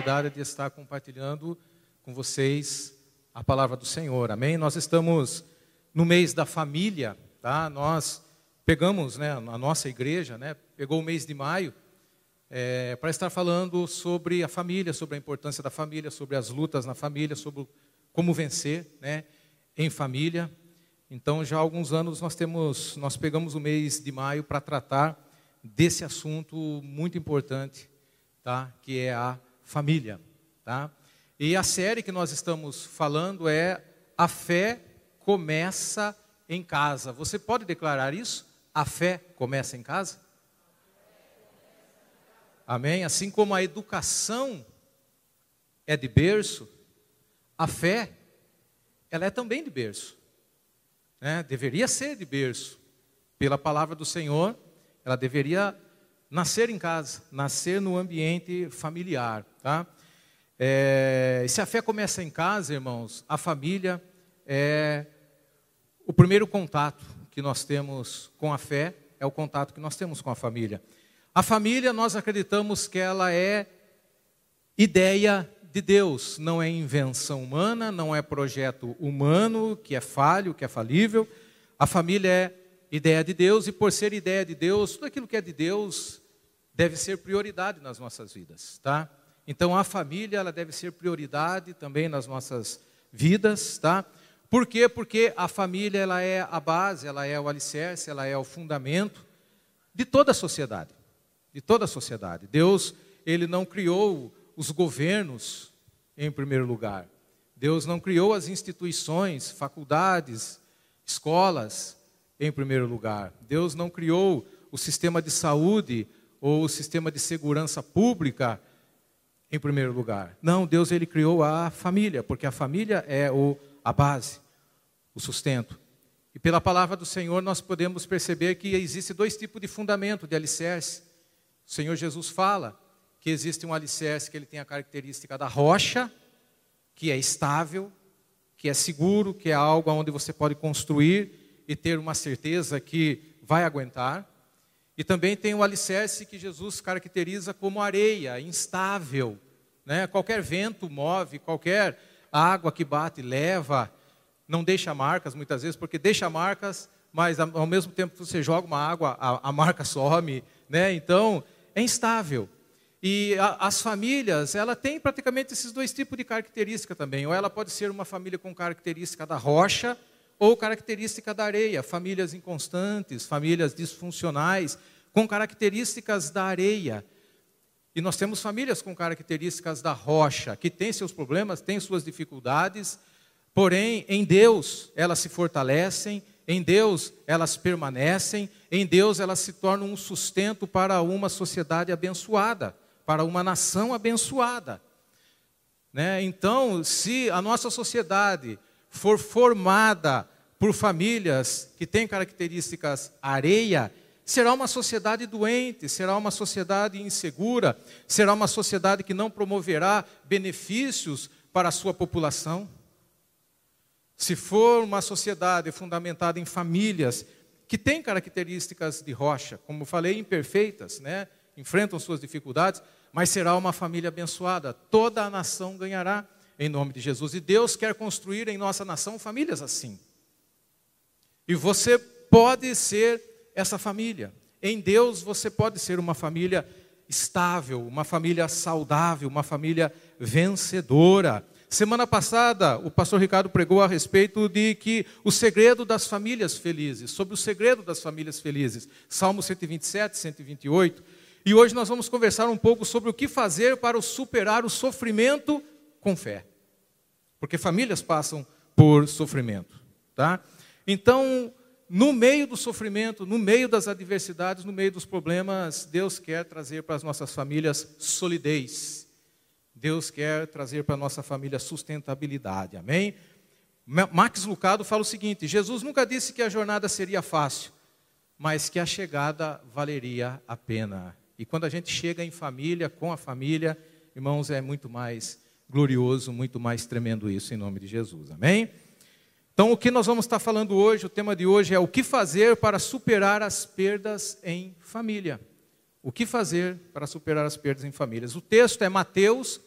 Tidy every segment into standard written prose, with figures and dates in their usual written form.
oportunidade de estar compartilhando com vocês a palavra do Senhor, amém? Nós estamos no mês da família, tá? Nós pegamos, a nossa igreja, pegou o mês de maio para estar falando sobre a família, sobre a importância da família, sobre as lutas na família, sobre como vencer, em família. Então, já há alguns anos nós pegamos o mês de maio para tratar desse assunto muito importante, tá? Que é a família, tá? E a série que nós estamos falando é A Fé Começa em Casa. Você pode declarar isso? A fé começa em casa? Amém? Assim como a educação é de berço, a fé, ela é também de berço. Deveria ser de berço. Pela palavra do Senhor, ela deveria nascer em casa, nascer no ambiente familiar, tá? Se a fé começa em casa, irmãos, a família é o primeiro contato que nós temos com a fé, é o contato que nós temos com a família. A família, nós acreditamos que ela é ideia de Deus, não é invenção humana, não é projeto humano que é falho, que é falível. A família é ideia de Deus, e por ser ideia de Deus, tudo aquilo que é de Deus deve ser prioridade nas nossas vidas, tá? Então a família, ela deve ser prioridade também nas nossas vidas, tá? Por quê? Porque a família, ela é a base, ela é o alicerce, ela é o fundamento de toda a sociedade, de toda a sociedade. Deus, ele não criou os governos em primeiro lugar. Deus não criou as instituições, faculdades, escolas em primeiro lugar. Deus não criou o sistema de saúde ou o sistema de segurança pública em primeiro lugar. Não, Deus, ele criou a família, porque a família é a base, o sustento. E pela palavra do Senhor nós podemos perceber que existe dois tipos de fundamento, de alicerce. O Senhor Jesus fala que existe um alicerce que ele tem a característica da rocha, que é estável, que é seguro, que é algo onde você pode construir e ter uma certeza que vai aguentar. E também tem o alicerce que Jesus caracteriza como areia, instável, Qualquer vento move, qualquer água que bate leva, não deixa marcas muitas vezes, porque deixa marcas, mas ao mesmo tempo que você joga uma água, a marca some, Então, é instável. E as famílias, ela tem praticamente esses dois tipos de característica também. Ou ela pode ser uma família com característica da rocha, ou característica da areia. Famílias inconstantes, famílias disfuncionais, com características da areia. E nós temos famílias com características da rocha, que têm seus problemas, têm suas dificuldades, porém, em Deus, elas se fortalecem, em Deus, elas permanecem, em Deus, elas se tornam um sustento para uma sociedade abençoada, para uma nação abençoada. Então, se a nossa sociedade for formada por famílias que têm características areia, será uma sociedade doente, será uma sociedade insegura, será uma sociedade que não promoverá benefícios para a sua população. Se for uma sociedade fundamentada em famílias que têm características de rocha, como falei, imperfeitas, enfrentam suas dificuldades, mas será uma família abençoada. Toda a nação ganhará em nome de Jesus. E Deus quer construir em nossa nação famílias assim. E você pode ser essa família. Em Deus você pode ser uma família estável, uma família saudável, uma família vencedora. Semana passada, o pastor Ricardo pregou a respeito de que o segredo das famílias felizes, sobre o segredo das famílias felizes. Salmo 127, 128. E hoje nós vamos conversar um pouco sobre o que fazer para superar o sofrimento com fé. Porque famílias passam por sofrimento, tá? Então, no meio do sofrimento, no meio das adversidades, no meio dos problemas, Deus quer trazer para as nossas famílias solidez. Deus quer trazer para a nossa família sustentabilidade, amém? Max Lucado fala o seguinte: Jesus nunca disse que a jornada seria fácil, mas que a chegada valeria a pena. E quando a gente chega em família, com a família, irmãos, é muito mais glorioso, muito mais tremendo isso, em nome de Jesus, amém? Então, o que nós vamos estar falando hoje, o tema de hoje é o que fazer para superar as perdas em família. O que fazer para superar as perdas em famílias? O texto é Mateus,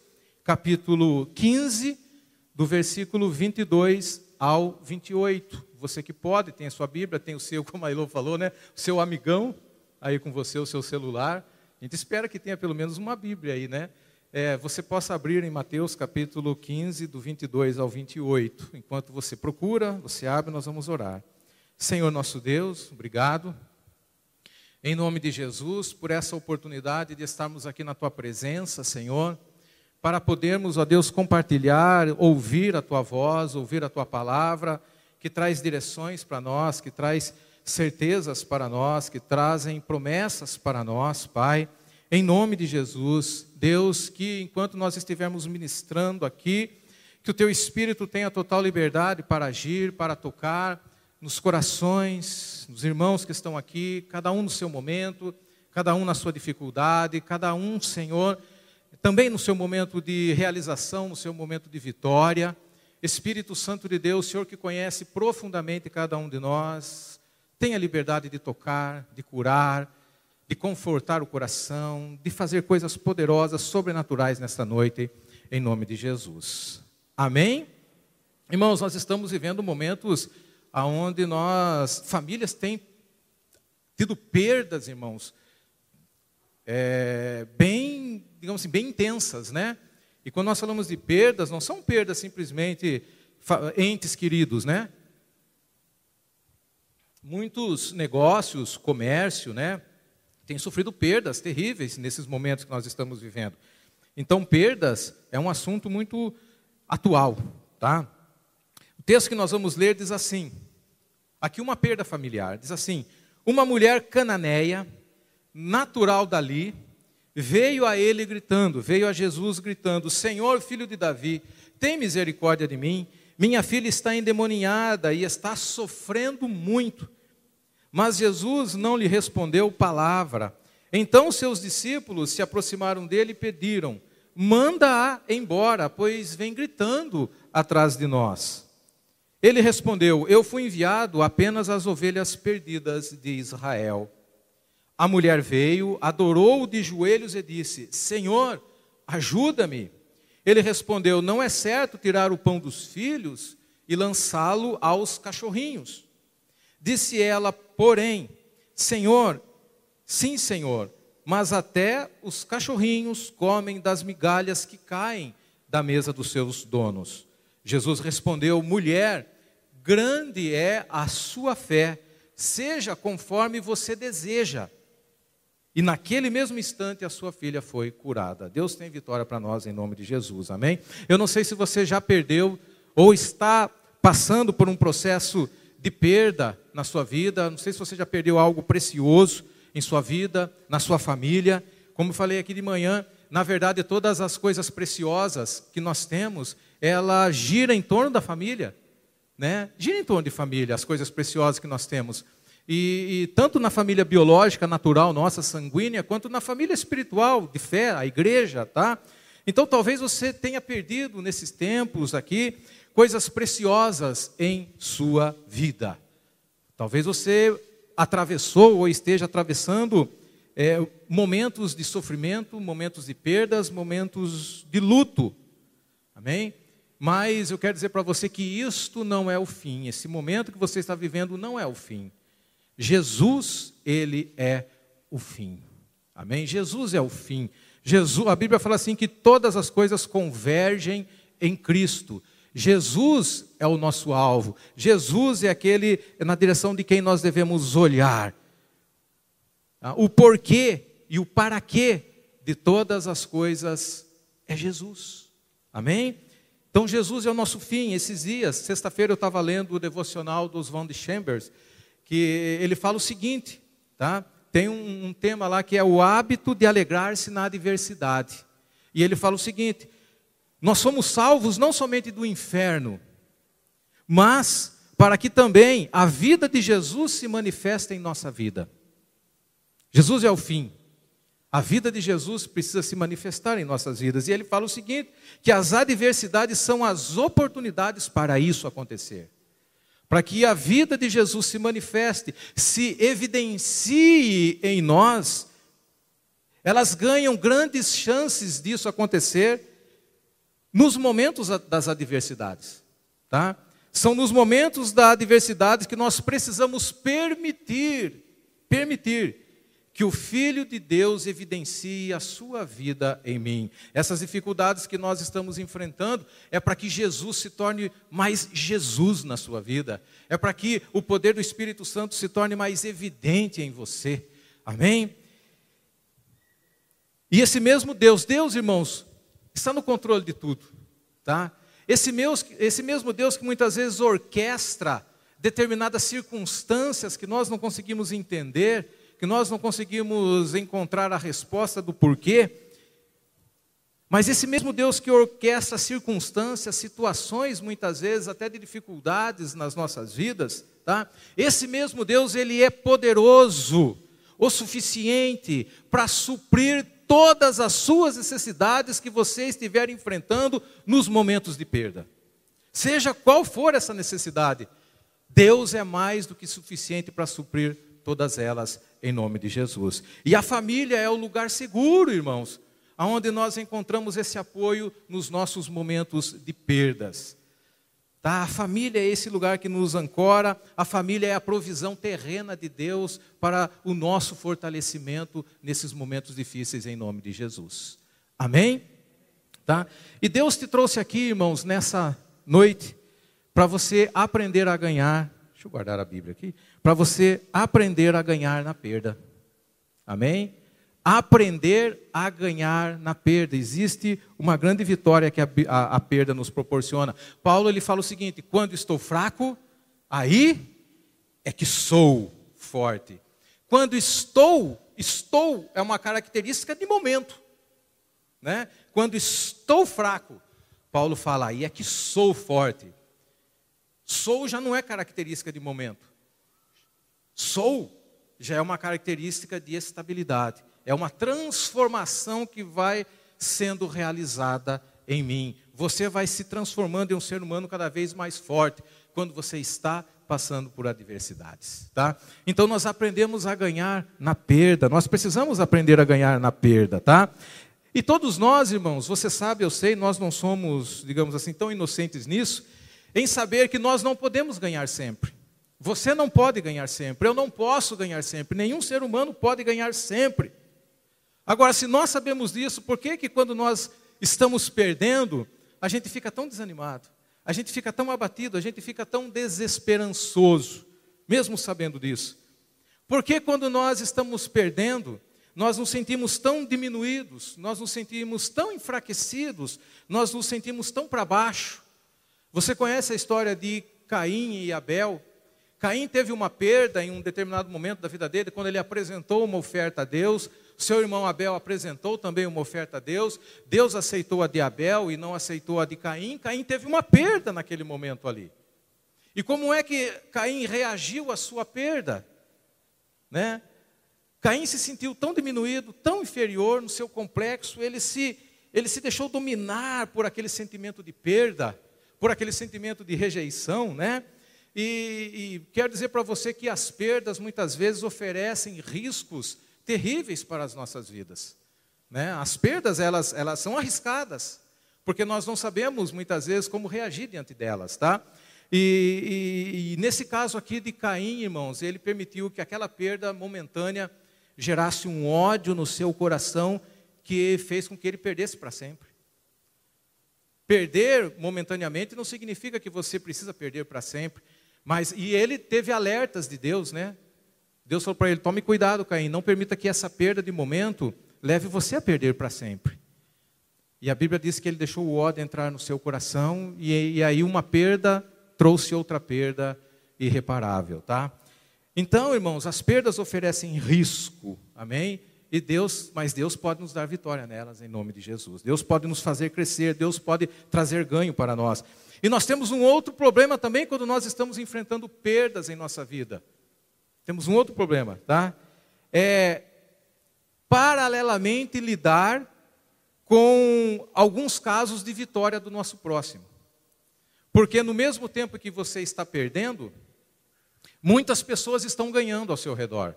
capítulo 15, do versículo 22 ao 28. Você que pode, tem a sua Bíblia, tem o seu, como a Ilô falou, né? O seu amigão aí com você, o seu celular. A gente espera que tenha pelo menos uma Bíblia aí, né? Você possa abrir em Mateus capítulo 15, do 22 ao 28. Enquanto você procura, você abre, nós vamos orar. Senhor nosso Deus, obrigado. Em nome de Jesus, por essa oportunidade de estarmos aqui na Tua presença, Senhor, para podermos, ó Deus, compartilhar, ouvir a Tua voz, ouvir a Tua palavra, que traz direções para nós, que traz certezas para nós, que trazem promessas para nós, Pai. Em nome de Jesus, Deus, que enquanto nós estivermos ministrando aqui, que o Teu Espírito tenha total liberdade para agir, para tocar nos corações, nos irmãos que estão aqui, cada um no seu momento, cada um na sua dificuldade, cada um, Senhor, também no seu momento de realização, no seu momento de vitória. Espírito Santo de Deus, Senhor que conhece profundamente cada um de nós, tenha liberdade de tocar, de curar, de confortar o coração, de fazer coisas poderosas, sobrenaturais nesta noite, em nome de Jesus. Amém? Irmãos, nós estamos vivendo momentos onde famílias têm tido perdas, irmãos, bem, digamos assim, bem intensas, né? E quando nós falamos de perdas, não são perdas simplesmente entes queridos, né? Muitos negócios, comércio, né? Tem sofrido perdas terríveis nesses momentos que nós estamos vivendo. Então, perdas é um assunto muito atual, tá? O texto que nós vamos ler diz assim, aqui uma perda familiar, diz assim: uma mulher cananeia, natural dali, veio a Jesus gritando, Senhor, filho de Davi, tem misericórdia de mim, minha filha está endemoniada e está sofrendo muito. Mas Jesus não lhe respondeu palavra. Então seus discípulos se aproximaram dele e pediram, manda-a embora, pois vem gritando atrás de nós. Ele respondeu, eu fui enviado apenas às ovelhas perdidas de Israel. A mulher veio, adorou-o de joelhos e disse, Senhor, ajuda-me. Ele respondeu, não é certo tirar o pão dos filhos e lançá-lo aos cachorrinhos. Disse ela, porém, Senhor, sim, Senhor, mas até os cachorrinhos comem das migalhas que caem da mesa dos seus donos. Jesus respondeu, mulher, grande é a sua fé, seja conforme você deseja. E naquele mesmo instante a sua filha foi curada. Deus tem vitória para nós em nome de Jesus, amém? Eu não sei se você já perdeu ou está passando por um processo de perda na sua vida, não sei se você já perdeu algo precioso em sua vida, na sua família. Como eu falei aqui de manhã, na verdade todas as coisas preciosas que nós temos, ela gira em torno da família, né? Gira em torno de família, as coisas preciosas que nós temos. E tanto na família biológica, natural, nossa, sanguínea, quanto na família espiritual, de fé, a igreja, tá? Então talvez você tenha perdido nesses tempos aqui, coisas preciosas em sua vida. Talvez você atravessou ou esteja atravessando momentos de sofrimento, momentos de perdas, momentos de luto. Amém? Mas eu quero dizer para você que isto não é o fim. Esse momento que você está vivendo não é o fim. Jesus, Ele é o fim. Amém? Jesus é o fim. A Bíblia fala assim que todas as coisas convergem em Cristo. Jesus é o nosso alvo. Jesus é aquele na direção de quem nós devemos olhar. O porquê e o para quê de todas as coisas é Jesus. Amém? Então Jesus é o nosso fim. Esses dias, sexta-feira eu estava lendo o devocional dos Oswald Chambers, que ele fala o seguinte, tá? Tem um tema lá que é o hábito de alegrar-se na adversidade. E ele fala o seguinte, nós somos salvos não somente do inferno, mas para que também a vida de Jesus se manifeste em nossa vida. Jesus é o fim. A vida de Jesus precisa se manifestar em nossas vidas. E ele fala o seguinte, que as adversidades são as oportunidades para isso acontecer. Para que a vida de Jesus se manifeste, se evidencie em nós, elas ganham grandes chances disso acontecer nos momentos das adversidades, tá? São nos momentos da adversidade que nós precisamos permitir que o Filho de Deus evidencie a sua vida em mim. Essas dificuldades que nós estamos enfrentando é para que Jesus se torne mais Jesus na sua vida. É para que o poder do Espírito Santo se torne mais evidente em você. Amém? E esse mesmo Deus, irmãos, está no controle de tudo, tá? Esse mesmo Deus que muitas vezes orquestra determinadas circunstâncias que nós não conseguimos entender, que nós não conseguimos encontrar a resposta do porquê, mas esse mesmo Deus que orquestra circunstâncias, situações, muitas vezes até de dificuldades nas nossas vidas, tá? Esse mesmo Deus, ele é poderoso o suficiente para suprir todas as suas necessidades que você estiver enfrentando nos momentos de perda. Seja qual for essa necessidade, Deus é mais do que suficiente para suprir todas elas em nome de Jesus. E a família é o lugar seguro, irmãos, onde nós encontramos esse apoio nos nossos momentos de perdas. Tá? A família é esse lugar que nos ancora, a família é a provisão terrena de Deus para o nosso fortalecimento nesses momentos difíceis em nome de Jesus. Amém? Tá? E Deus te trouxe aqui, irmãos, nessa noite, para você aprender a ganhar, deixa eu guardar a Bíblia aqui, para você aprender a ganhar na perda. Amém? Aprender a ganhar na perda. Existe uma grande vitória que a perda nos proporciona. Paulo, ele fala o seguinte: quando estou fraco, aí é que sou forte. Quando estou é uma característica de momento, né? Quando estou fraco, Paulo fala, aí é que sou forte. Sou já não é característica de momento. Sou já é uma característica de estabilidade. É uma transformação que vai sendo realizada em mim. Você vai se transformando em um ser humano cada vez mais forte quando você está passando por adversidades, tá? Então nós aprendemos a ganhar na perda. Nós precisamos aprender a ganhar na perda, tá? E todos nós, irmãos, você sabe, eu sei, nós não somos, digamos assim, tão inocentes nisso, em saber que nós não podemos ganhar sempre. Você não pode ganhar sempre, eu não posso ganhar sempre, nenhum ser humano pode ganhar sempre. Agora, se nós sabemos disso, por que quando nós estamos perdendo, a gente fica tão desanimado, a gente fica tão abatido, a gente fica tão desesperançoso, mesmo sabendo disso? Por que quando nós estamos perdendo, nós nos sentimos tão diminuídos, nós nos sentimos tão enfraquecidos, nós nos sentimos tão para baixo? Você conhece a história de Caim e Abel? Caim teve uma perda em um determinado momento da vida dele, quando ele apresentou uma oferta a Deus. Seu irmão Abel apresentou também uma oferta a Deus. Deus aceitou a de Abel e não aceitou a de Caim. Caim teve uma perda naquele momento ali. E como é que Caim reagiu à sua perda? Né? Caim se sentiu tão diminuído, tão inferior no seu complexo, ele se deixou dominar por aquele sentimento de perda, por aquele sentimento de rejeição, né? E quero dizer para você que as perdas muitas vezes oferecem riscos terríveis para as nossas vidas, né? As perdas, elas são arriscadas, porque nós não sabemos muitas vezes como reagir diante delas, tá? E nesse caso aqui de Caim, irmãos, ele permitiu que aquela perda momentânea gerasse um ódio no seu coração que fez com que ele perdesse para sempre. Perder momentaneamente não significa que você precisa perder para sempre. E ele teve alertas de Deus, né? Deus falou para ele, tome cuidado, Caim, não permita que essa perda de momento leve você a perder para sempre. E a Bíblia diz que ele deixou o ódio entrar no seu coração, e aí uma perda trouxe outra perda irreparável, tá? Então, irmãos, as perdas oferecem risco, amém? Mas Deus pode nos dar vitória nelas, em nome de Jesus. Deus pode nos fazer crescer, Deus pode trazer ganho para nós. E nós temos um outro problema também quando nós estamos enfrentando perdas em nossa vida. Temos um outro problema, tá? Paralelamente lidar com alguns casos de vitória do nosso próximo. Porque no mesmo tempo que você está perdendo, muitas pessoas estão ganhando ao seu redor.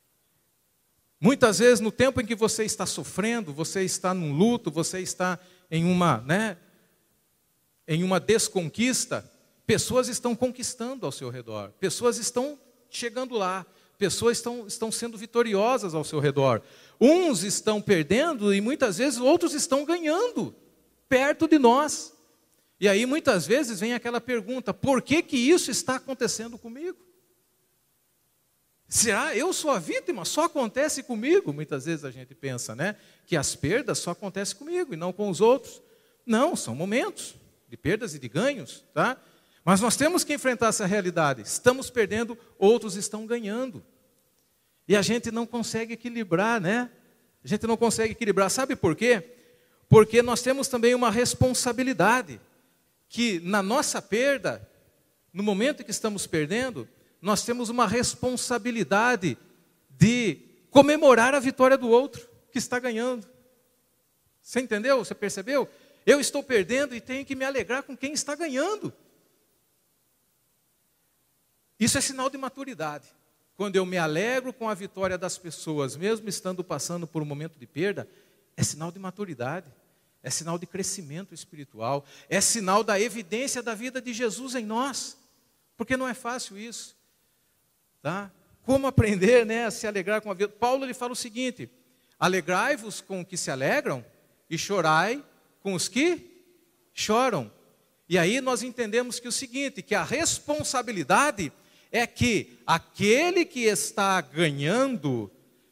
Muitas vezes, no tempo em que você está sofrendo, você está num luto, você está em uma desconquista, pessoas estão conquistando ao seu redor, pessoas estão chegando lá, pessoas estão sendo vitoriosas ao seu redor. Uns estão perdendo e muitas vezes outros estão ganhando perto de nós. E aí muitas vezes vem aquela pergunta: por que isso está acontecendo comigo? Será eu sou a vítima? Só acontece comigo? Muitas vezes a gente pensa, né, que as perdas só acontecem comigo e não com os outros. Não, são momentos de perdas e de ganhos, tá? Mas nós temos que enfrentar essa realidade. Estamos perdendo, outros estão ganhando. E a gente não consegue equilibrar, né? A gente não consegue equilibrar. Sabe por quê? Porque nós temos também uma responsabilidade, que na nossa perda, no momento em que estamos perdendo, nós temos uma responsabilidade de comemorar a vitória do outro que está ganhando. Você entendeu? Você percebeu? Eu estou perdendo e tenho que me alegrar com quem está ganhando. Isso é sinal de maturidade. Quando eu me alegro com a vitória das pessoas, mesmo estando passando por um momento de perda, é sinal de maturidade, é sinal de crescimento espiritual, é sinal da evidência da vida de Jesus em nós, porque não é fácil isso, tá? Como aprender, né, a se alegrar com a vida? Paulo ele fala o seguinte: alegrai-vos com os que se alegram e chorai com os que choram. E aí nós entendemos que o seguinte, que a responsabilidade é que aquele que está ganhando,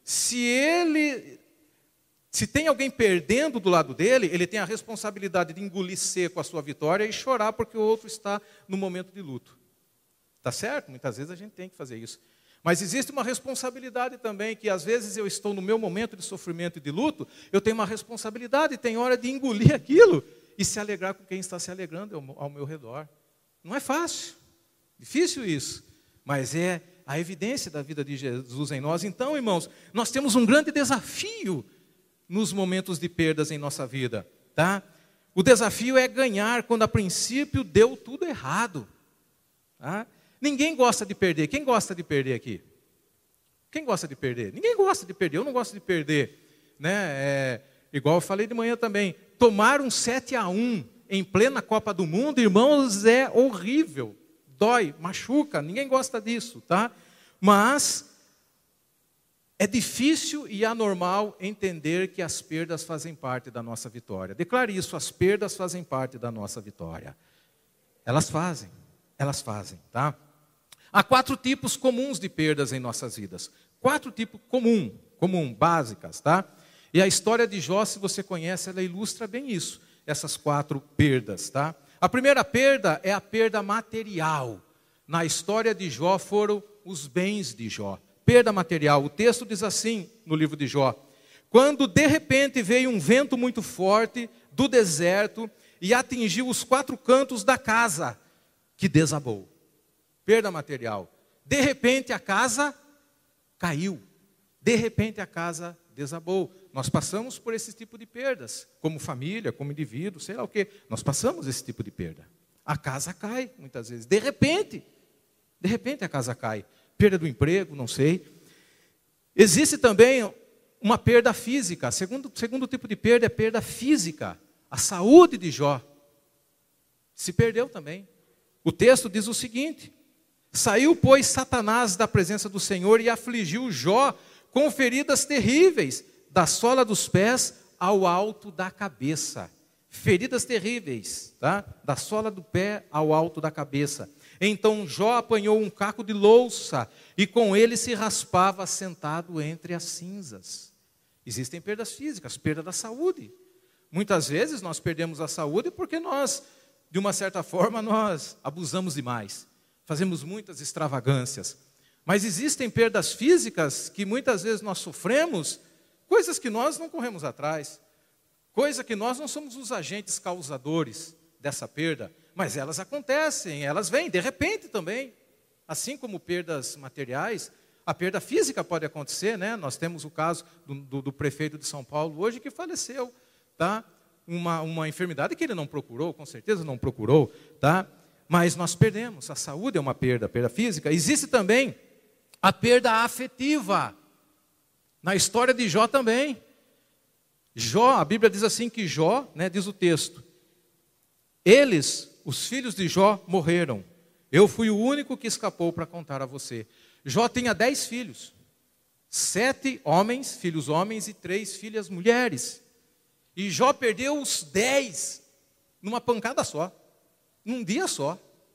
se tem alguém perdendo do lado dele, ele tem a responsabilidade de engolir seco a sua vitória e chorar porque o outro está no momento de luto. Tá certo? Muitas vezes a gente tem que fazer isso. Mas existe uma responsabilidade também, que às vezes eu estou no meu momento de sofrimento e de luto, eu tenho uma responsabilidade, tem hora de engolir aquilo e se alegrar com quem está se alegrando ao meu redor. Não é fácil, difícil isso. Mas é a evidência da vida de Jesus em nós. Então, irmãos, nós temos um grande desafio nos momentos de perdas em nossa vida, tá? O desafio é ganhar quando a princípio deu tudo errado, tá? Ninguém gosta de perder. Quem gosta de perder aqui? Quem gosta de perder? Ninguém gosta de perder. Eu não gosto de perder, né? Igual eu falei de manhã também. Tomar um 7-1 em plena Copa do Mundo, irmãos, é horrível. Dói, machuca, ninguém gosta disso, tá? Mas é difícil e anormal entender que as perdas fazem parte da nossa vitória. Declare isso: as perdas fazem parte da nossa vitória. Elas fazem, tá? Há 4 tipos comuns de perdas em nossas vidas. 4 tipos básicas, tá? E a história de Jó, se você conhece, ela ilustra bem isso, essas 4 perdas, tá? A primeira perda é a perda material. Na história de Jó foram os bens de Jó. Perda material. O texto diz assim no livro de Jó: quando de repente veio um vento muito forte do deserto e atingiu os 4 cantos da casa, que desabou. Perda material. De repente a casa caiu. De repente a casa desabou. Nós passamos por esse tipo de perdas, como família, como indivíduo, sei lá o quê. Nós passamos esse tipo de perda. A casa cai, muitas vezes. De repente a casa cai. Perda do emprego, não sei. Existe também uma perda física. Segundo tipo de perda é perda física. A saúde de Jó se perdeu também. O texto diz o seguinte: saiu, pois, Satanás da presença do Senhor e afligiu Jó com feridas terríveis, da sola dos pés ao alto da cabeça. Feridas terríveis, tá? Da sola do pé ao alto da cabeça. Então Jó apanhou um caco de louça e com ele se raspava sentado entre as cinzas. Existem perdas físicas, perda da saúde. Muitas vezes nós perdemos a saúde porque nós, de uma certa forma, nós abusamos demais. Fazemos muitas extravagâncias. Mas existem perdas físicas que muitas vezes nós sofremos, coisas que nós não corremos atrás, coisa que nós não somos os agentes causadores dessa perda, mas elas acontecem, elas vêm de repente também. Assim como perdas materiais, a perda física pode acontecer, né? Nós temos o caso do prefeito de São Paulo hoje que faleceu, tá? Uma enfermidade que ele não procurou, com certeza não procurou, tá? Mas nós perdemos, a saúde é uma perda física. Existe também a perda afetiva. Na história de Jó também. Jó, a Bíblia diz assim que Jó, né, diz o texto, eles, os filhos de Jó, morreram. Eu fui o único que escapou para contar a você. Jó tinha 10 filhos. 7 homens, filhos homens, e 3 filhas mulheres. E Jó perdeu os 10 numa pancada só, num dia só.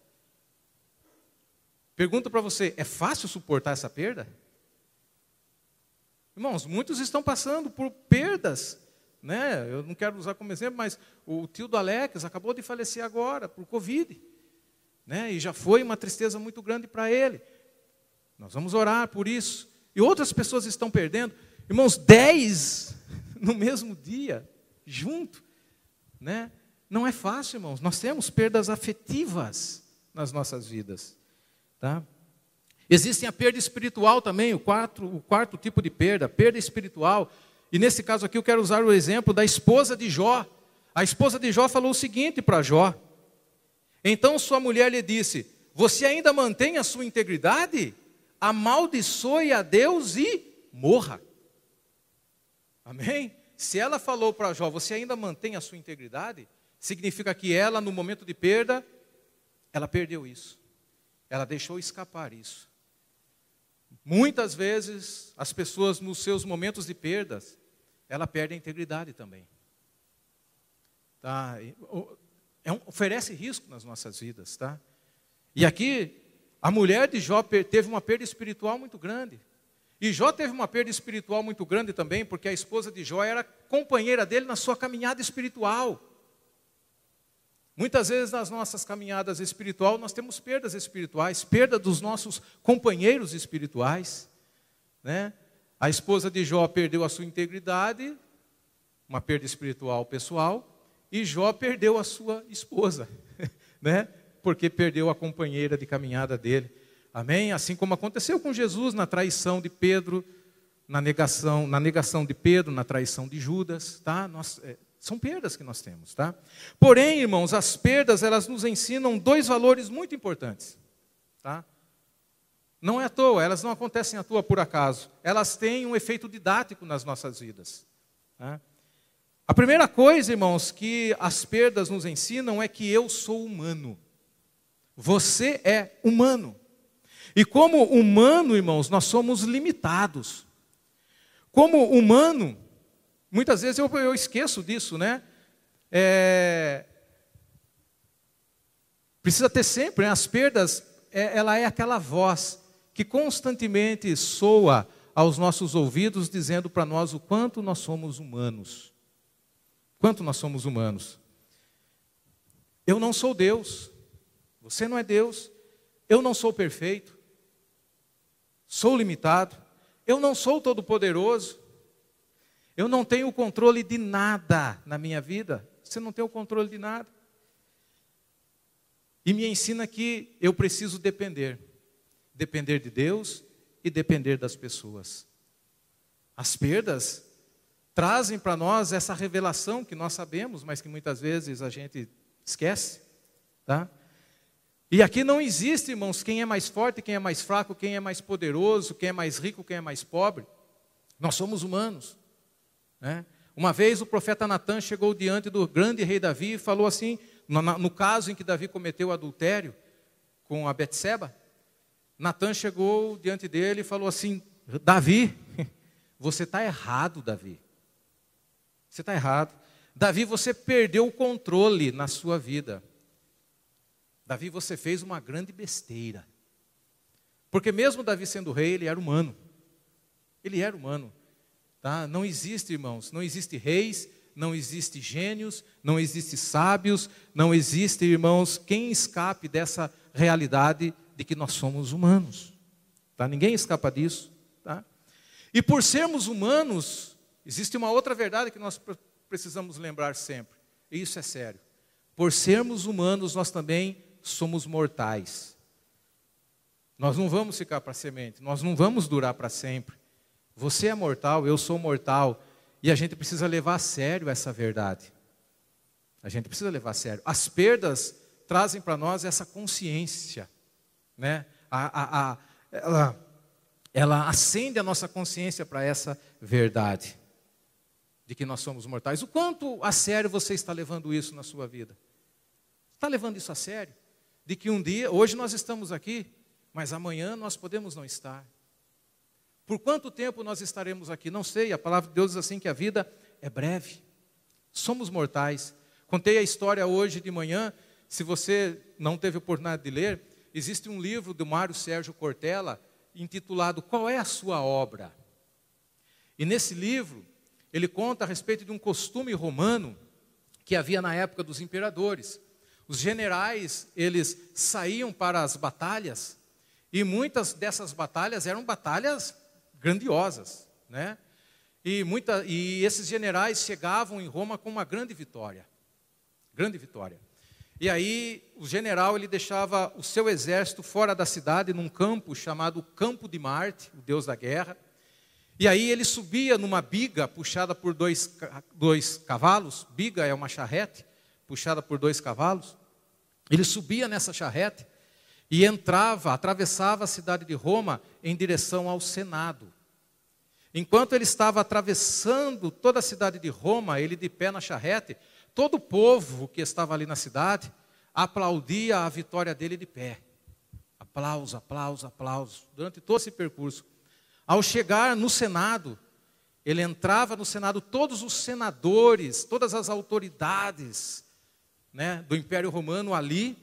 Pergunto para você, é fácil suportar essa perda? Irmãos, muitos estão passando por perdas, né? Eu não quero usar como exemplo, mas o tio do Alex acabou de falecer agora por Covid, né? E já foi uma tristeza muito grande para ele. Nós vamos orar por isso. E outras pessoas estão perdendo. Irmãos, 10 no mesmo dia, junto, né? Não é fácil, irmãos. Nós temos perdas afetivas nas nossas vidas, tá? Existe a perda espiritual também, o quarto tipo de perda, perda espiritual. E nesse caso aqui eu quero usar o exemplo da esposa de Jó. A esposa de Jó falou o seguinte para Jó. Então sua mulher lhe disse, você ainda mantém a sua integridade? Amaldiçoe a Deus e morra. Amém? Se ela falou para Jó, você ainda mantém a sua integridade, significa que ela, no momento de perda, ela perdeu isso. Ela deixou escapar isso. Muitas vezes, as pessoas, nos seus momentos de perdas, ela perde a integridade também. Tá? Oferece risco nas nossas vidas. Tá? E aqui, a mulher de Jó teve uma perda espiritual muito grande. E Jó teve uma perda espiritual muito grande também, porque a esposa de Jó era companheira dele na sua caminhada espiritual. Muitas vezes nas nossas caminhadas espirituais nós temos perdas espirituais, perda dos nossos companheiros espirituais, né? A esposa de Jó perdeu a sua integridade, uma perda espiritual pessoal, e Jó perdeu a sua esposa, né? Porque perdeu a companheira de caminhada dele. Amém? Assim como aconteceu com Jesus na traição de Pedro, na negação de Pedro, na traição de Judas, tá? São perdas que nós temos, tá? Porém, irmãos, as perdas, elas nos ensinam 2 valores muito importantes, tá? Não é à toa, elas não acontecem à toa por acaso. Elas têm um efeito didático nas nossas vidas, tá? A primeira coisa, irmãos, que as perdas nos ensinam é que eu sou humano. Você é humano. E como humano, irmãos, nós somos limitados. Como humano, muitas vezes eu esqueço disso, né? Precisa ter sempre, né? As perdas, ela é aquela voz que constantemente soa aos nossos ouvidos, dizendo para nós o quanto nós somos humanos. Quanto nós somos humanos. Eu não sou Deus, você não é Deus, eu não sou perfeito, sou limitado, eu não sou todo-poderoso, eu não tenho o controle de nada na minha vida. Você não tem o controle de nada. E me ensina que eu preciso depender. Depender de Deus e depender das pessoas. As perdas trazem para nós essa revelação que nós sabemos, mas que muitas vezes a gente esquece. Tá? E aqui não existe, irmãos, quem é mais forte, quem é mais fraco, quem é mais poderoso, quem é mais rico, quem é mais pobre. Nós somos humanos. Né? Uma vez o profeta Natan chegou diante do grande rei Davi e falou assim, no caso em que Davi cometeu adultério com a Betseba, Natan chegou diante dele e falou assim, Davi, você está errado, Davi. Você está errado. Davi, você perdeu o controle na sua vida. Davi, você fez uma grande besteira. Porque mesmo Davi sendo rei, ele era humano. Ele era humano. Tá? Não existe, irmãos, não existe reis, não existe gênios, não existe sábios, não existe, irmãos, quem escape dessa realidade de que nós somos humanos. Tá? Ninguém escapa disso. Tá? E por sermos humanos, existe uma outra verdade que nós precisamos lembrar sempre. E isso é sério. Por sermos humanos, nós também somos mortais. Nós não vamos ficar para semente, nós não vamos durar para sempre. Você é mortal, eu sou mortal. E a gente precisa levar a sério essa verdade. A gente precisa levar a sério. As perdas trazem para nós essa consciência. Né? Ela acende a nossa consciência para essa verdade. de que nós somos mortais. O quanto a sério você está levando isso na sua vida? Está levando isso a sério? De que um dia, hoje nós estamos aqui, mas amanhã nós podemos não estar. Por quanto tempo nós estaremos aqui? Não sei, a palavra de Deus diz assim que a vida é breve. Somos mortais. Contei a história hoje de manhã, se você não teve oportunidade de ler, existe um livro do Mário Sérgio Cortella, intitulado Qual é a Sua Obra? E nesse livro, ele conta a respeito de um costume romano que havia na época dos imperadores. Os generais, eles saíam para as batalhas, e muitas dessas batalhas eram batalhas grandiosas, né? E esses generais chegavam em Roma com uma grande vitória. Grande vitória. E aí o general ele deixava o seu exército fora da cidade, num campo chamado Campo de Marte, o deus da guerra. E aí ele subia numa biga puxada por dois cavalos. Biga é uma charrete puxada por 2 cavalos. Ele subia nessa charrete e atravessava a cidade de Roma em direção ao Senado. Enquanto ele estava atravessando toda a cidade de Roma, ele de pé na charrete, todo o povo que estava ali na cidade aplaudia a vitória dele de pé. Aplausos, aplausos, aplausos, durante todo esse percurso. Ao chegar no Senado, ele entrava no Senado, todos os senadores, todas as autoridades, né, do Império Romano ali,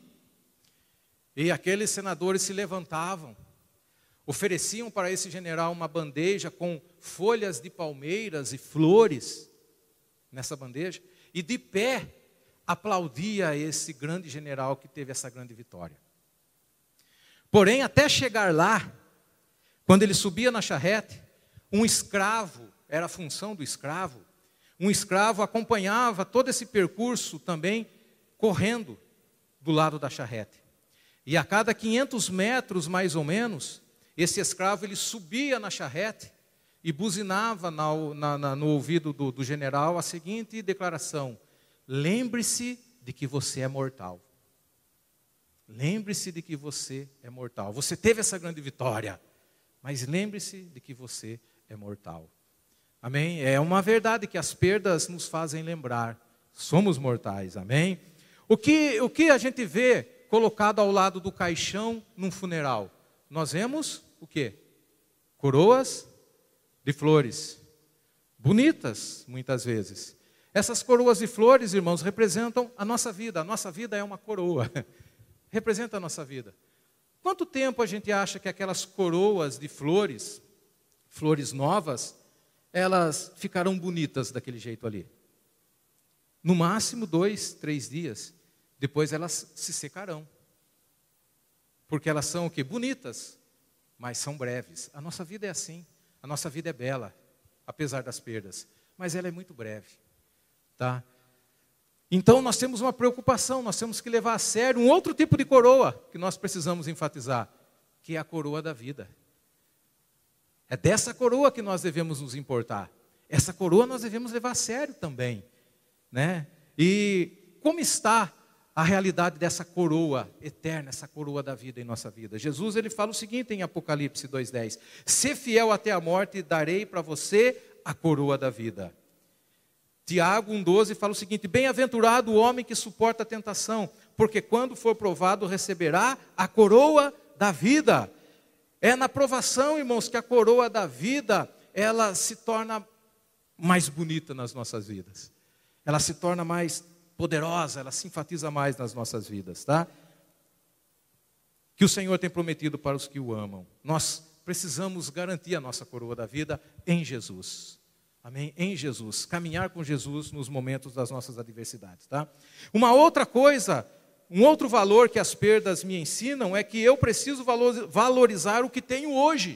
e aqueles senadores se levantavam, ofereciam para esse general uma bandeja com folhas de palmeiras e flores nessa bandeja, e de pé aplaudia esse grande general que teve essa grande vitória. Porém, até chegar lá, quando ele subia na charrete, um escravo, era a função do escravo, um escravo acompanhava todo esse percurso também, correndo do lado da charrete. E a cada 500 metros, mais ou menos, esse escravo ele subia na charrete e buzinava no ouvido do general a seguinte declaração: lembre-se de que você é mortal. Lembre-se de que você é mortal. Você teve essa grande vitória, mas lembre-se de que você é mortal. Amém? É uma verdade que as perdas nos fazem lembrar. Somos mortais, amém? O que a gente vê colocado ao lado do caixão num funeral? Nós vemos o quê? Coroas de flores. Bonitas, muitas vezes. Essas coroas de flores, irmãos, representam a nossa vida. A nossa vida é uma coroa. Representa a nossa vida. Quanto tempo a gente acha que aquelas coroas de flores, flores novas, elas ficarão bonitas daquele jeito ali? No máximo 2, 3 dias. Depois elas se secarão. Porque elas são o quê? Bonitas, mas são breves. A nossa vida é assim. A nossa vida é bela, apesar das perdas. Mas ela é muito breve. Tá? Então nós temos uma preocupação, nós temos que levar a sério um outro tipo de coroa que nós precisamos enfatizar, que é a coroa da vida. É dessa coroa que nós devemos nos importar. Essa coroa nós devemos levar a sério também, né? E como está a realidade dessa coroa eterna, essa coroa da vida em nossa vida? Jesus ele fala o seguinte em Apocalipse 2:10: "Sê fiel até a morte e darei para você a coroa da vida." Tiago 1,12 fala o seguinte: "Bem-aventurado o homem que suporta a tentação, porque quando for provado receberá a coroa da vida." É na provação, irmãos, que a coroa da vida, ela se torna mais bonita nas nossas vidas. Ela se torna mais poderosa, ela se enfatiza mais nas nossas vidas, tá? Que o Senhor tem prometido para os que o amam. Nós precisamos garantir a nossa coroa da vida em Jesus. Amém? Em Jesus. Caminhar com Jesus nos momentos das nossas adversidades, tá? Uma outra coisa, um outro valor que as perdas me ensinam é que eu preciso valorizar o que tenho hoje.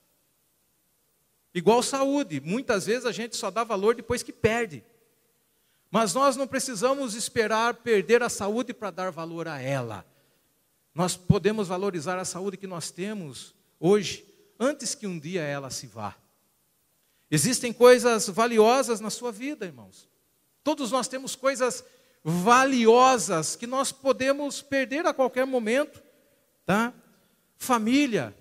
Igual saúde. Muitas vezes a gente só dá valor depois que perde. Mas nós não precisamos esperar perder a saúde para dar valor a ela. Nós podemos valorizar a saúde que nós temos hoje, antes que um dia ela se vá. Existem coisas valiosas na sua vida, irmãos. Todos nós temos coisas valiosas que nós podemos perder a qualquer momento, tá? Família.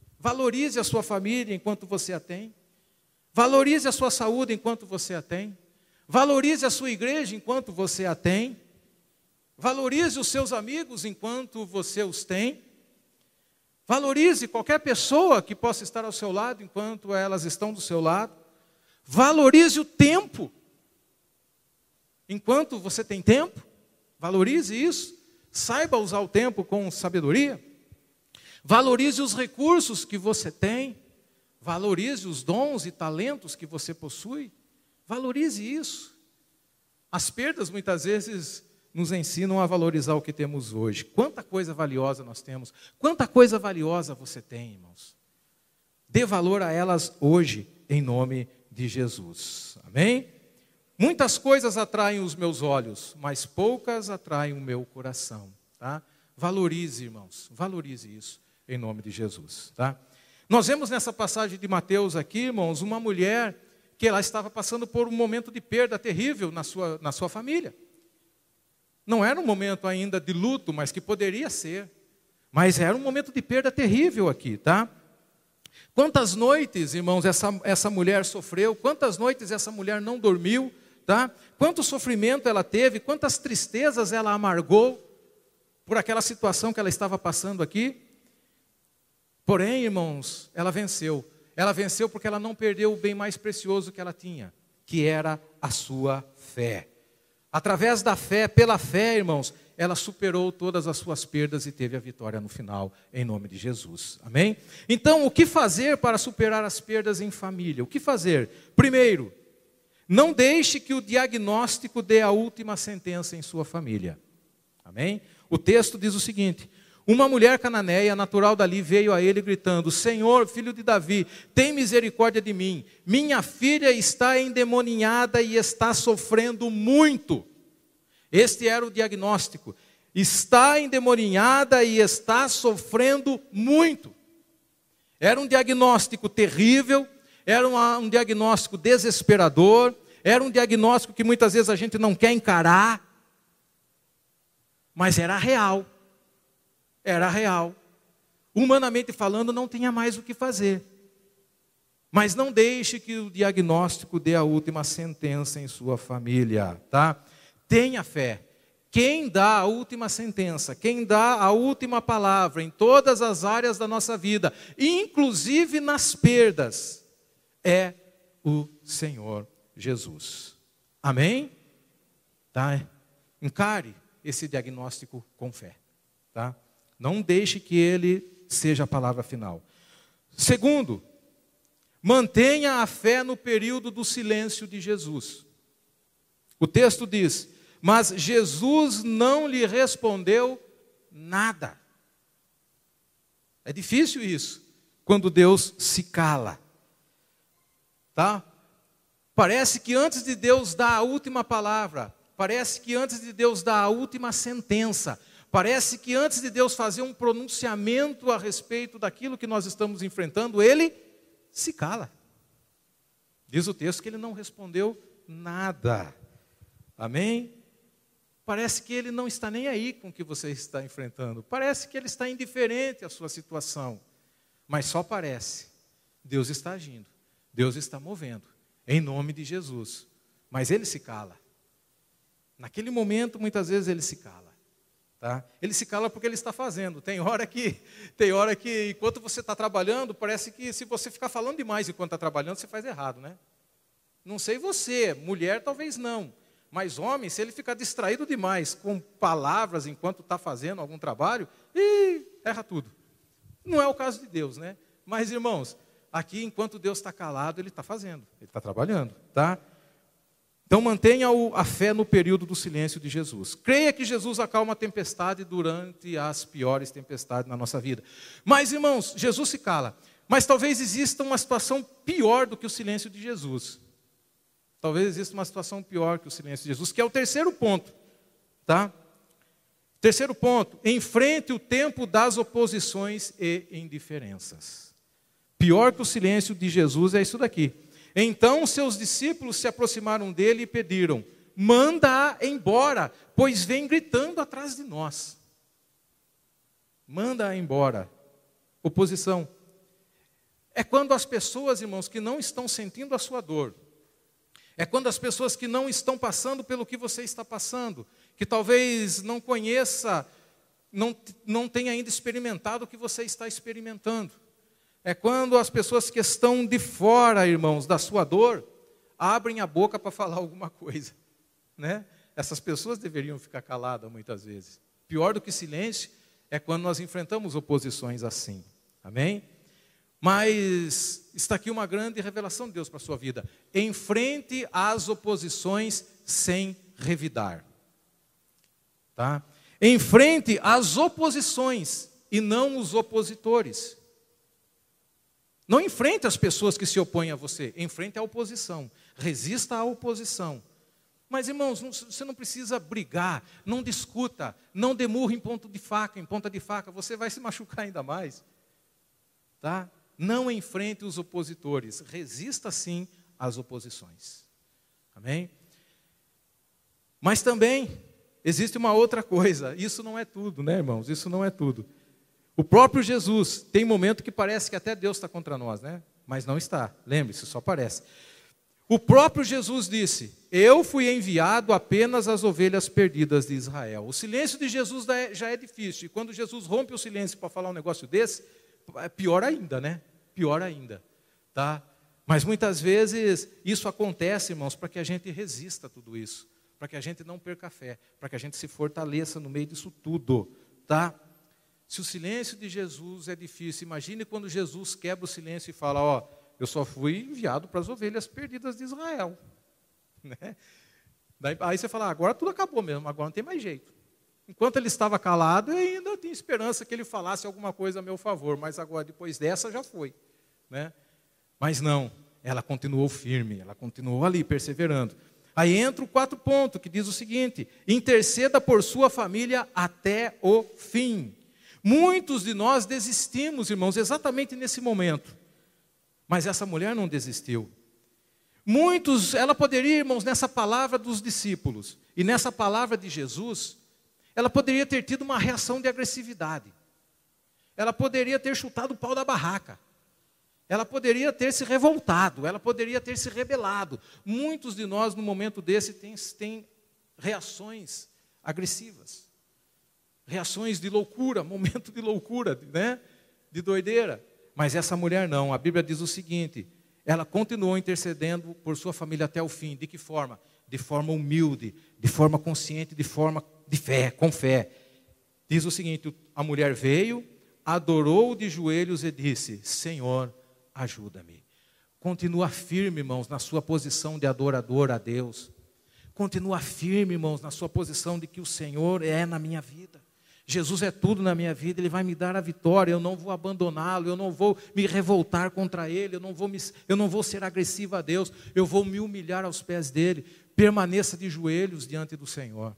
Valorize a sua família enquanto você a tem. Valorize a sua saúde enquanto você a tem. Valorize a sua igreja enquanto você a tem. Valorize os seus amigos enquanto você os tem. Valorize qualquer pessoa que possa estar ao seu lado enquanto elas estão do seu lado. Valorize o tempo. Enquanto você tem tempo, valorize isso. Saiba usar o tempo com sabedoria. Valorize os recursos que você tem. Valorize os dons e talentos que você possui. Valorize isso. As perdas muitas vezes nos ensinam a valorizar o que temos hoje. Quanta coisa valiosa nós temos. Quanta coisa valiosa você tem, irmãos. Dê valor a elas hoje, em nome de Jesus. Amém? Muitas coisas atraem os meus olhos, mas poucas atraem o meu coração. Tá? Valorize, irmãos. Valorize isso, em nome de Jesus. Tá? Nós vemos nessa passagem de Mateus aqui, irmãos, uma mulher que ela estava passando por um momento de perda terrível na sua família. Não era um momento ainda de luto, mas que poderia ser. Mas era um momento de perda terrível aqui, tá? Quantas noites, irmãos, essa mulher sofreu, quantas noites essa mulher não dormiu, tá? Quanto sofrimento ela teve, quantas tristezas ela amargou por aquela situação que ela estava passando aqui. Porém, irmãos, ela venceu. Ela venceu porque ela não perdeu o bem mais precioso que ela tinha, que era a sua fé. Através da fé, pela fé, irmãos, ela superou todas as suas perdas e teve a vitória no final, em nome de Jesus. Amém? Então, o que fazer para superar as perdas em família? O que fazer? Primeiro, não deixe que o diagnóstico dê a última sentença em sua família. Amém? O texto diz o seguinte: uma mulher cananeia, natural dali, veio a ele gritando: Senhor, filho de Davi, tem misericórdia de mim. Minha filha está endemoninhada e está sofrendo muito. Este era o diagnóstico. Está endemoninhada e está sofrendo muito. Era um diagnóstico terrível, era um diagnóstico desesperador, era um diagnóstico que muitas vezes a gente não quer encarar, mas era real. Era real. Humanamente falando, não tinha mais o que fazer. Mas não deixe que o diagnóstico dê a última sentença em sua família, tá? Tenha fé. Quem dá a última sentença, quem dá a última palavra em todas as áreas da nossa vida, inclusive nas perdas, é o Senhor Jesus. Amém? Tá? Encare esse diagnóstico com fé, tá? Não deixe que ele seja a palavra final. Segundo, mantenha a fé no período do silêncio de Jesus. O texto diz: mas Jesus não lhe respondeu nada. É difícil isso, quando Deus se cala. Tá? Parece que antes de Deus dar a última palavra, parece que antes de Deus dar a última sentença, parece que antes de Deus fazer um pronunciamento a respeito daquilo que nós estamos enfrentando, Ele se cala. Diz o texto que Ele não respondeu nada. Amém? Parece que Ele não está nem aí com o que você está enfrentando. Parece que Ele está indiferente à sua situação. Mas só parece. Deus está agindo. Deus está movendo. Em nome de Jesus. Mas Ele se cala. Naquele momento, muitas vezes, Ele se cala. Tá? Ele se cala porque Ele está fazendo. Tem hora que enquanto você está trabalhando, parece que se você ficar falando demais enquanto está trabalhando, você faz errado, né? Não sei você, mulher talvez não, mas homem, se ele ficar distraído demais com palavras enquanto está fazendo algum trabalho, erra tudo. Não é o caso de Deus, né? Mas, irmãos, aqui enquanto Deus está calado, Ele está fazendo, Ele está trabalhando, tá? Então mantenha a fé no período do silêncio de Jesus. Creia que Jesus acalma a tempestade durante as piores tempestades na nossa vida. Mas, irmãos, Jesus se cala. Mas talvez exista uma situação pior do que o silêncio de Jesus. Talvez exista uma situação pior que o silêncio de Jesus, que é o terceiro ponto. Tá? Terceiro ponto, enfrente o tempo das oposições e indiferenças. Pior que o silêncio de Jesus é isso daqui. Então seus discípulos se aproximaram dele e pediram: manda-a embora, pois vem gritando atrás de nós. Manda-a embora. Oposição. É quando as pessoas, irmãos, que não estão sentindo a sua dor, É quando as pessoas que não estão passando pelo que você está passando, que talvez não conheça, não tenha ainda experimentado o que você está experimentando. É quando as pessoas que estão de fora, irmãos, da sua dor, abrem a boca para falar alguma coisa, né? Essas pessoas deveriam ficar caladas muitas vezes. Pior do que silêncio é quando nós enfrentamos oposições assim. Amém? Mas está aqui uma grande revelação de Deus para a sua vida. Enfrente as oposições sem revidar. Tá? Enfrente as oposições e não os opositores. Não enfrente as pessoas que se opõem a você, enfrente a oposição. Resista à oposição. Mas, irmãos, você não precisa brigar, não discuta, não demurre em ponta de faca, você vai se machucar ainda mais. Tá? Não enfrente os opositores, resista sim às oposições. Amém? Mas também existe uma outra coisa, isso não é tudo, né, irmãos? Isso não é tudo. O próprio Jesus, tem momento que parece que até Deus está contra nós, né? Mas não está, lembre-se, só parece. O próprio Jesus disse: eu fui enviado apenas às ovelhas perdidas de Israel. O silêncio de Jesus já é difícil, e quando Jesus rompe o silêncio para falar um negócio desse, é pior ainda, né? Pior ainda, tá? Mas muitas vezes isso acontece, irmãos, para que a gente resista a tudo isso, para que a gente não perca a fé, para que a gente se fortaleça no meio disso tudo, tá? Se o silêncio de Jesus é difícil, imagine quando Jesus quebra o silêncio e fala: ó, eu só fui enviado para as ovelhas perdidas de Israel. Né? Aí você fala: agora tudo acabou mesmo, agora não tem mais jeito. Enquanto ele estava calado, eu ainda tinha esperança que ele falasse alguma coisa a meu favor, mas agora, depois dessa, já foi. Né? Mas não, ela continuou firme, ela continuou ali, perseverando. Aí entra o 4 ponto, que diz o seguinte: interceda por sua família até o fim. Muitos de nós desistimos, irmãos, exatamente nesse momento. Mas essa mulher não desistiu. Ela poderia, irmãos, nessa palavra dos discípulos e nessa palavra de Jesus, ela poderia ter tido uma reação de agressividade. Ela poderia ter chutado o pau da barraca. Ela poderia ter se revoltado. Ela poderia ter se rebelado. Muitos de nós, no momento desse, têm reações agressivas. Reações de loucura, momento de loucura, né? De doideira. Mas essa mulher não. A Bíblia diz o seguinte: ela continuou intercedendo por sua família até o fim. De que forma? De forma humilde, de forma consciente, de forma de fé, com fé. Diz o seguinte: a mulher veio, adorou de joelhos e disse: Senhor, ajuda-me. Continua firme, irmãos, na sua posição de adorador a Deus. Continua firme, irmãos, na sua posição de que o Senhor é na minha vida. Jesus é tudo na minha vida, Ele vai me dar a vitória, eu não vou abandoná-lo, eu não vou me revoltar contra Ele, eu não vou ser agressivo a Deus, eu vou me humilhar aos pés dEle. Permaneça de joelhos diante do Senhor.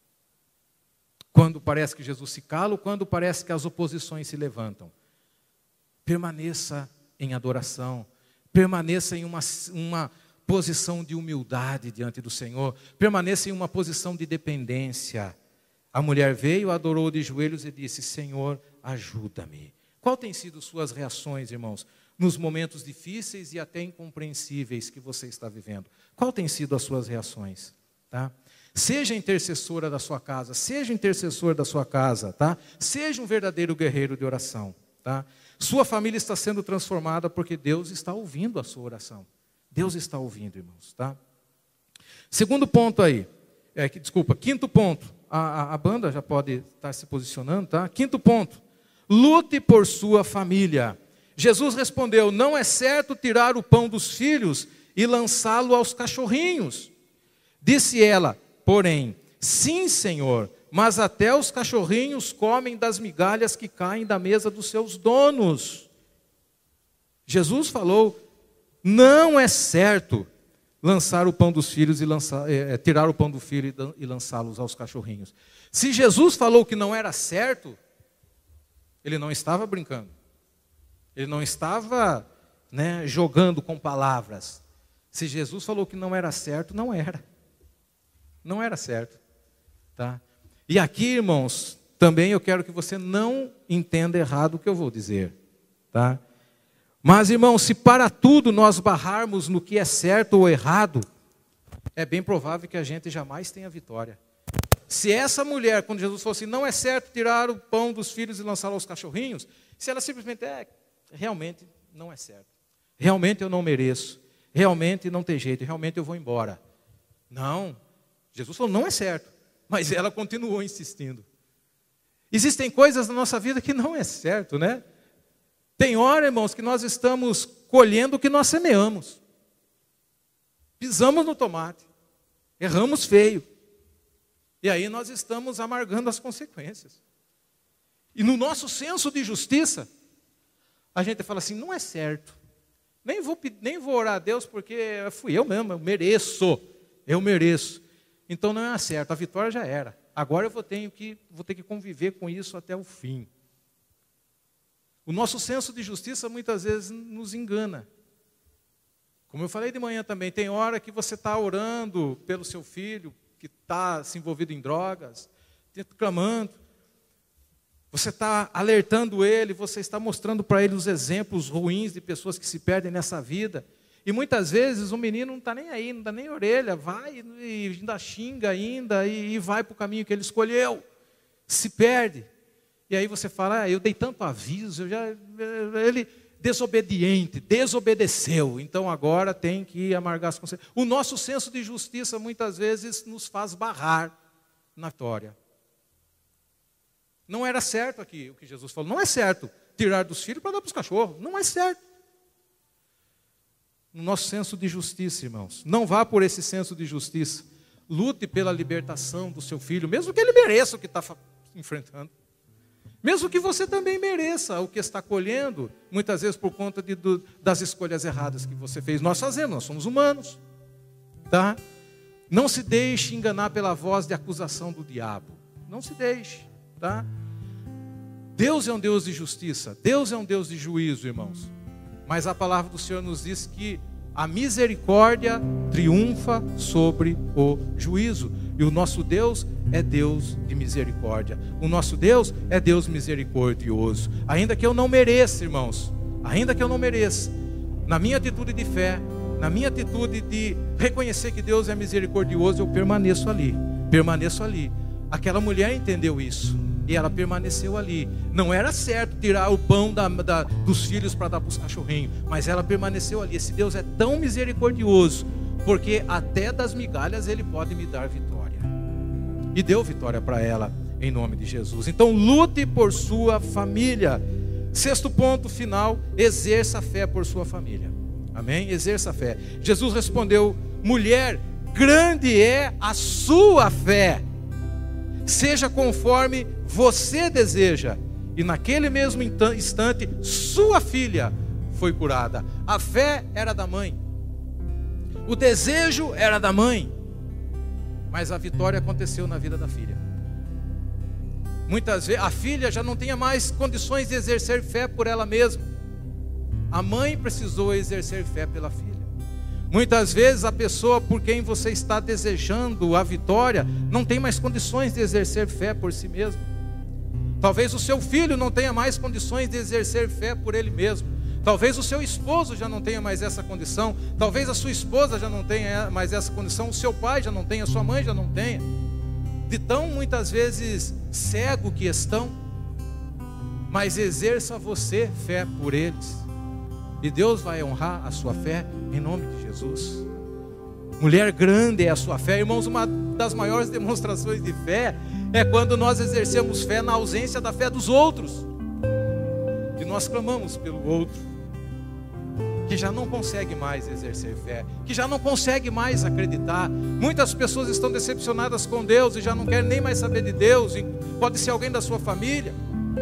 Quando parece que Jesus se cala, ou quando parece que as oposições se levantam. Permaneça em adoração, permaneça em uma posição de humildade diante do Senhor, permaneça em uma posição de dependência. A mulher veio, adorou de joelhos e disse: Senhor, ajuda-me. Qual tem sido suas reações, irmãos, nos momentos difíceis e até incompreensíveis que você está vivendo? Qual tem sido as suas reações? Tá? Seja intercessora da sua casa, seja intercessor da sua casa, tá? Seja um verdadeiro guerreiro de oração, tá? Sua família está sendo transformada porque Deus está ouvindo a sua oração. Deus está ouvindo, irmãos, tá? Segundo ponto aí, quinto ponto. A banda já pode estar se posicionando, tá? Quinto ponto. Lute por sua família. Jesus respondeu: não é certo tirar o pão dos filhos e lançá-lo aos cachorrinhos. Disse ela, porém: sim, Senhor, mas até os cachorrinhos comem das migalhas que caem da mesa dos seus donos. Jesus falou: não é certo lançar o pão dos filhos e tirar o pão do filho e lançá-los aos cachorrinhos. Se Jesus falou que não era certo, Ele não estava brincando. Ele não estava, jogando com palavras. Se Jesus falou que não era certo, não era. Não era certo. Tá? E aqui, irmãos, também eu quero que você não entenda errado o que eu vou dizer. Tá? Mas, irmãos, se para tudo nós barrarmos no que é certo ou errado, é bem provável que a gente jamais tenha vitória. Se essa mulher, quando Jesus falou assim, não é certo tirar o pão dos filhos e lançá-lo aos cachorrinhos, se ela simplesmente, realmente não é certo. Realmente eu não mereço. Realmente não tem jeito. Realmente eu vou embora. Não. Jesus falou, não é certo. Mas ela continuou insistindo. Existem coisas na nossa vida que não é certo, né? Tem hora, irmãos, que nós estamos colhendo o que nós semeamos. Pisamos no tomate. Erramos feio. E aí nós estamos amargando as consequências. E no nosso senso de justiça, a gente fala assim, não é certo. Nem vou orar a Deus porque fui eu mesmo, eu mereço. Então não é certo, a vitória já era. Agora eu vou ter que conviver com isso até o fim. O nosso senso de justiça muitas vezes nos engana. Como eu falei de manhã também, tem hora que você está orando pelo seu filho, que está se envolvido em drogas, clamando. Você está alertando ele, você está mostrando para ele os exemplos ruins de pessoas que se perdem nessa vida. E muitas vezes o menino não está nem aí, não dá nem orelha, vai e ainda xinga ainda e vai para o caminho que ele escolheu. Se perde. E aí você fala, eu dei tanto aviso, ele desobedeceu, então agora tem que amargar as consequências. O nosso senso de justiça muitas vezes nos faz barrar na vitória. Não era certo aqui o que Jesus falou, não é certo tirar dos filhos para dar para os cachorros, não é certo. No nosso senso de justiça, irmãos, não vá por esse senso de justiça, lute pela libertação do seu filho, mesmo que ele mereça o que está enfrentando. Mesmo que você também mereça o que está colhendo, muitas vezes por conta das escolhas erradas que você fez. Nós somos humanos. Tá? Não se deixe enganar pela voz de acusação do diabo. Não se deixe. Tá? Deus é um Deus de justiça. Deus é um Deus de juízo, irmãos. Mas a palavra do Senhor nos diz que a misericórdia triunfa sobre o juízo. E o nosso Deus é Deus de misericórdia. O nosso Deus é Deus misericordioso. Ainda que eu não mereça, irmãos, ainda que eu não mereça, na minha atitude de fé, na minha atitude de reconhecer que Deus é misericordioso, eu permaneço ali. Aquela mulher entendeu isso. E ela permaneceu ali. Não era certo tirar o pão dos filhos para dar para os cachorrinhos. Mas ela permaneceu ali. Esse Deus é tão misericordioso, porque até das migalhas Ele pode me dar vitória. E deu vitória para ela, em nome de Jesus. Então lute por sua família. Sexto ponto final, exerça a fé por sua família. Amém? Exerça a fé. Jesus respondeu, mulher, grande é a sua fé. Seja conforme você deseja. E naquele mesmo instante, sua filha foi curada. A fé era da mãe. O desejo era da mãe. Mas a vitória aconteceu na vida da filha. Muitas vezes a filha já não tinha mais condições de exercer fé por ela mesma. A mãe precisou exercer fé pela filha. Muitas vezes a pessoa por quem você está desejando a vitória não tem mais condições de exercer fé por si mesmo. Talvez o seu filho não tenha mais condições de exercer fé por ele mesmo. Talvez o seu esposo já não tenha mais essa condição. Talvez a sua esposa já não tenha mais essa condição. O seu pai já não tenha, a sua mãe já não tenha. De tão muitas vezes cego que estão. Mas exerça você fé por eles. E Deus vai honrar a sua fé em nome de Jesus. Mulher, grande é a sua fé. Irmãos, uma das maiores demonstrações de fé é quando nós exercemos fé na ausência da fé dos outros. E nós clamamos pelo outro, que já não consegue mais exercer fé, que já não consegue mais acreditar. Muitas pessoas estão decepcionadas com Deus e já não querem nem mais saber de Deus. E pode ser alguém da sua família.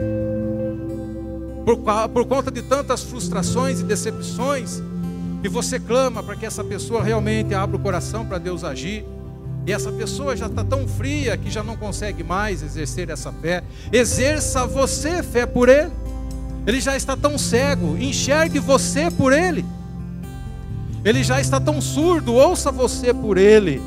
Por conta de tantas frustrações e decepções, e você clama para que essa pessoa realmente abra o coração para Deus agir, e essa pessoa já está tão fria que já não consegue mais exercer essa fé. Exerça você fé por ele. Ele já está tão cego, enxergue você por ele. Ele já está tão surdo, ouça você por ele.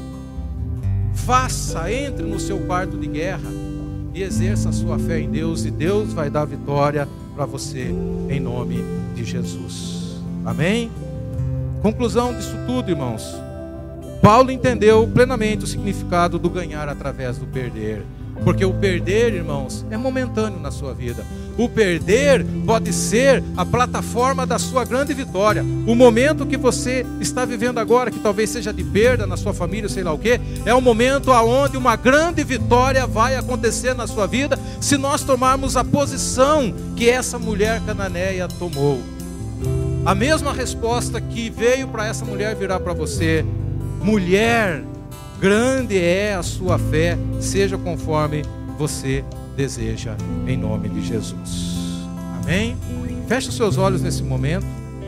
Entre no seu quarto de guerra e exerça a sua fé em Deus, e Deus vai dar vitória para você, em nome de Jesus. Amém? Conclusão disso tudo, irmãos. Paulo entendeu plenamente o significado do ganhar através do perder. Porque o perder, irmãos, é momentâneo na sua vida. O perder pode ser a plataforma da sua grande vitória. O momento que você está vivendo agora, que talvez seja de perda na sua família, sei lá o quê, é o momento onde uma grande vitória vai acontecer na sua vida, se nós tomarmos a posição que essa mulher cananeia tomou. A mesma resposta que veio para essa mulher virá para você: mulher, grande é a sua fé, seja conforme você deseja, em nome de Jesus. Amém? Feche os seus olhos nesse momento.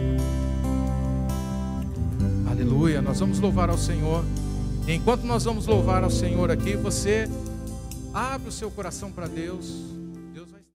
Aleluia, nós vamos louvar ao Senhor. Enquanto nós vamos louvar ao Senhor aqui, você abre o seu coração para Deus.